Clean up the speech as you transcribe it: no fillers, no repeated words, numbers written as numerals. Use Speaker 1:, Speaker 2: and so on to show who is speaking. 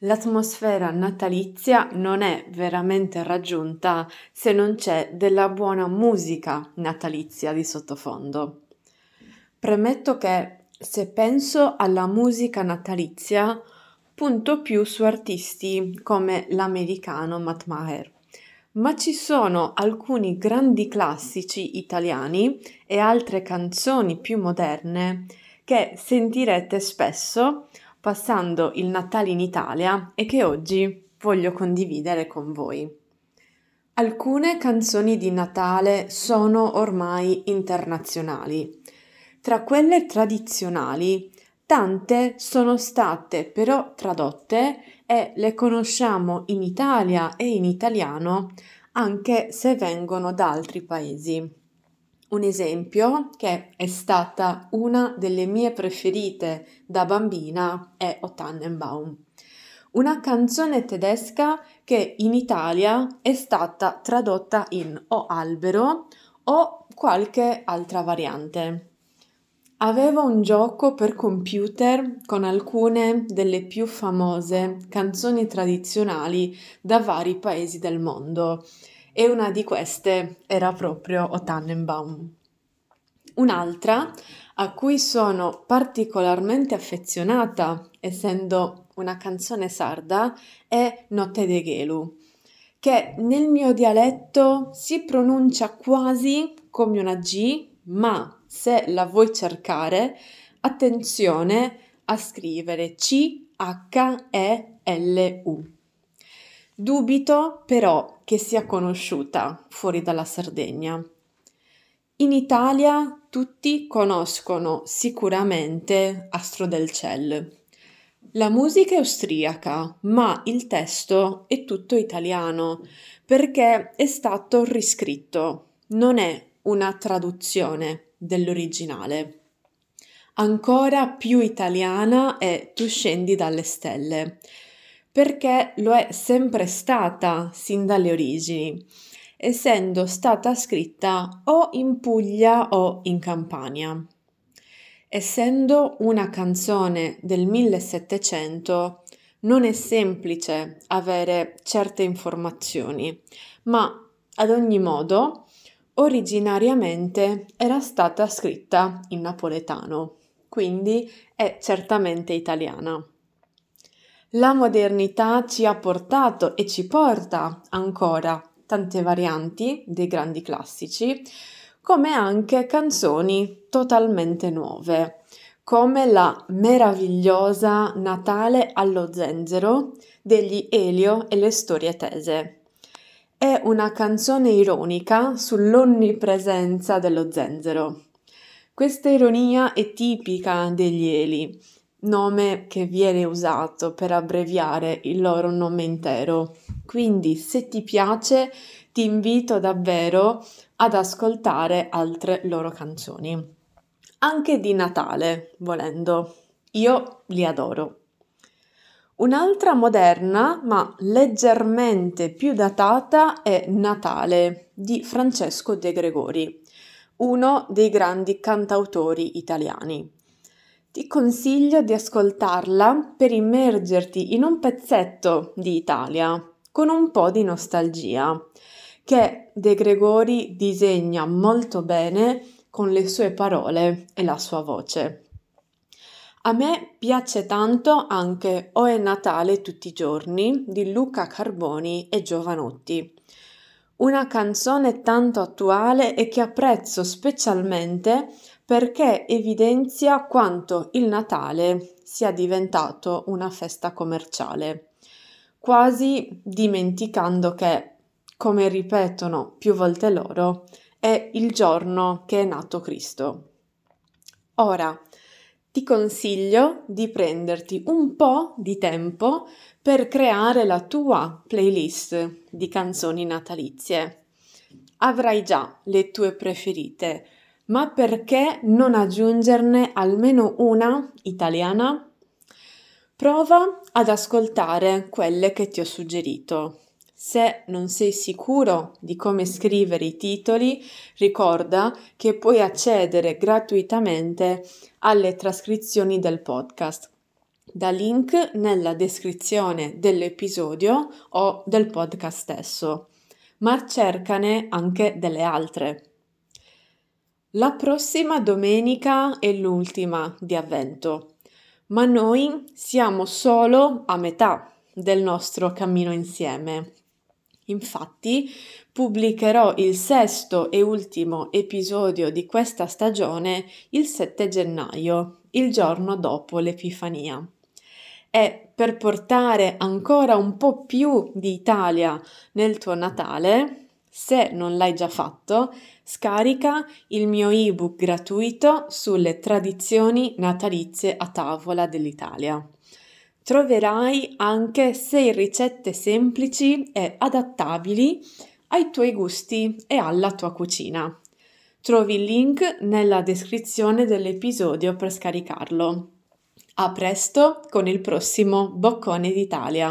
Speaker 1: L'atmosfera natalizia non è veramente raggiunta se non c'è della buona musica natalizia di sottofondo. Premetto che se penso alla musica natalizia, punto più su artisti come l'americano Matt Maher, ma ci sono alcuni grandi classici italiani e altre canzoni più moderne che sentirete spesso passando il Natale in Italia e che oggi voglio condividere con voi. Alcune canzoni di Natale sono ormai internazionali. Tra quelle tradizionali, tante sono state però tradotte e le conosciamo in Italia e in italiano anche se vengono da altri paesi. Un esempio, che è stata una delle mie preferite da bambina, è O Tannenbaum, una canzone tedesca che in Italia è stata tradotta in O Albero o qualche altra variante. Avevo un gioco per computer con alcune delle più famose canzoni tradizionali da vari paesi del mondo e una di queste era proprio O Tannenbaum. Un'altra a cui sono particolarmente affezionata, essendo una canzone sarda, è Notte de Gelu, che nel mio dialetto si pronuncia quasi come una G, ma se la vuoi cercare, attenzione a scrivere Chelu. Dubito però che sia conosciuta fuori dalla Sardegna. In Italia tutti conoscono sicuramente Astro del Ciel. La musica è austriaca, ma il testo è tutto italiano perché è stato riscritto, non è una traduzione dell'originale. Ancora più italiana è Tu scendi dalle stelle, perché lo è sempre stata sin dalle origini, essendo stata scritta o in Puglia o in Campania. Essendo una canzone del 1700, non è semplice avere certe informazioni, ma ad ogni modo, originariamente era stata scritta in napoletano, quindi è certamente italiana. La modernità ci ha portato e ci porta ancora tante varianti dei grandi classici, come anche canzoni totalmente nuove, come la meravigliosa Natale allo zenzero degli Elio e le storie tese. È una canzone ironica sull'onnipresenza dello zenzero. Questa ironia è tipica degli Eli, nome che viene usato per abbreviare il loro nome intero. Quindi, se ti piace, ti invito davvero ad ascoltare altre loro canzoni. Anche di Natale, volendo. Io li adoro. Un'altra moderna, ma leggermente più datata, è Natale di Francesco De Gregori, uno dei grandi cantautori italiani. Ti consiglio di ascoltarla per immergerti in un pezzetto di Italia con un po' di nostalgia, che De Gregori disegna molto bene con le sue parole e la sua voce. A me piace tanto anche O è Natale tutti i giorni di Luca Carboni e Giovanotti. Una canzone tanto attuale e che apprezzo specialmente perché evidenzia quanto il Natale sia diventato una festa commerciale, quasi dimenticando che, come ripetono più volte loro, è il giorno che è nato Cristo. Ora, ti consiglio di prenderti un po' di tempo per creare la tua playlist di canzoni natalizie. Avrai già le tue preferite, ma perché non aggiungerne almeno una italiana? Prova ad ascoltare quelle che ti ho suggerito. Se non sei sicuro di come scrivere i titoli, ricorda che puoi accedere gratuitamente alle trascrizioni del podcast. da link nella descrizione dell'episodio o del podcast stesso, ma cercane anche delle altre. La prossima domenica è l'ultima di Avvento, ma noi siamo solo a metà del nostro cammino insieme. Infatti, pubblicherò il sesto e ultimo episodio di questa stagione il 7 gennaio, il giorno dopo l'Epifania. E per portare ancora un po' più di Italia nel tuo Natale, se non l'hai già fatto, scarica il mio ebook gratuito sulle tradizioni natalizie a tavola dell'Italia. Troverai anche 6 ricette semplici e adattabili ai tuoi gusti e alla tua cucina. Trovi il link nella descrizione dell'episodio per scaricarlo. A presto con il prossimo Boccone d'Italia!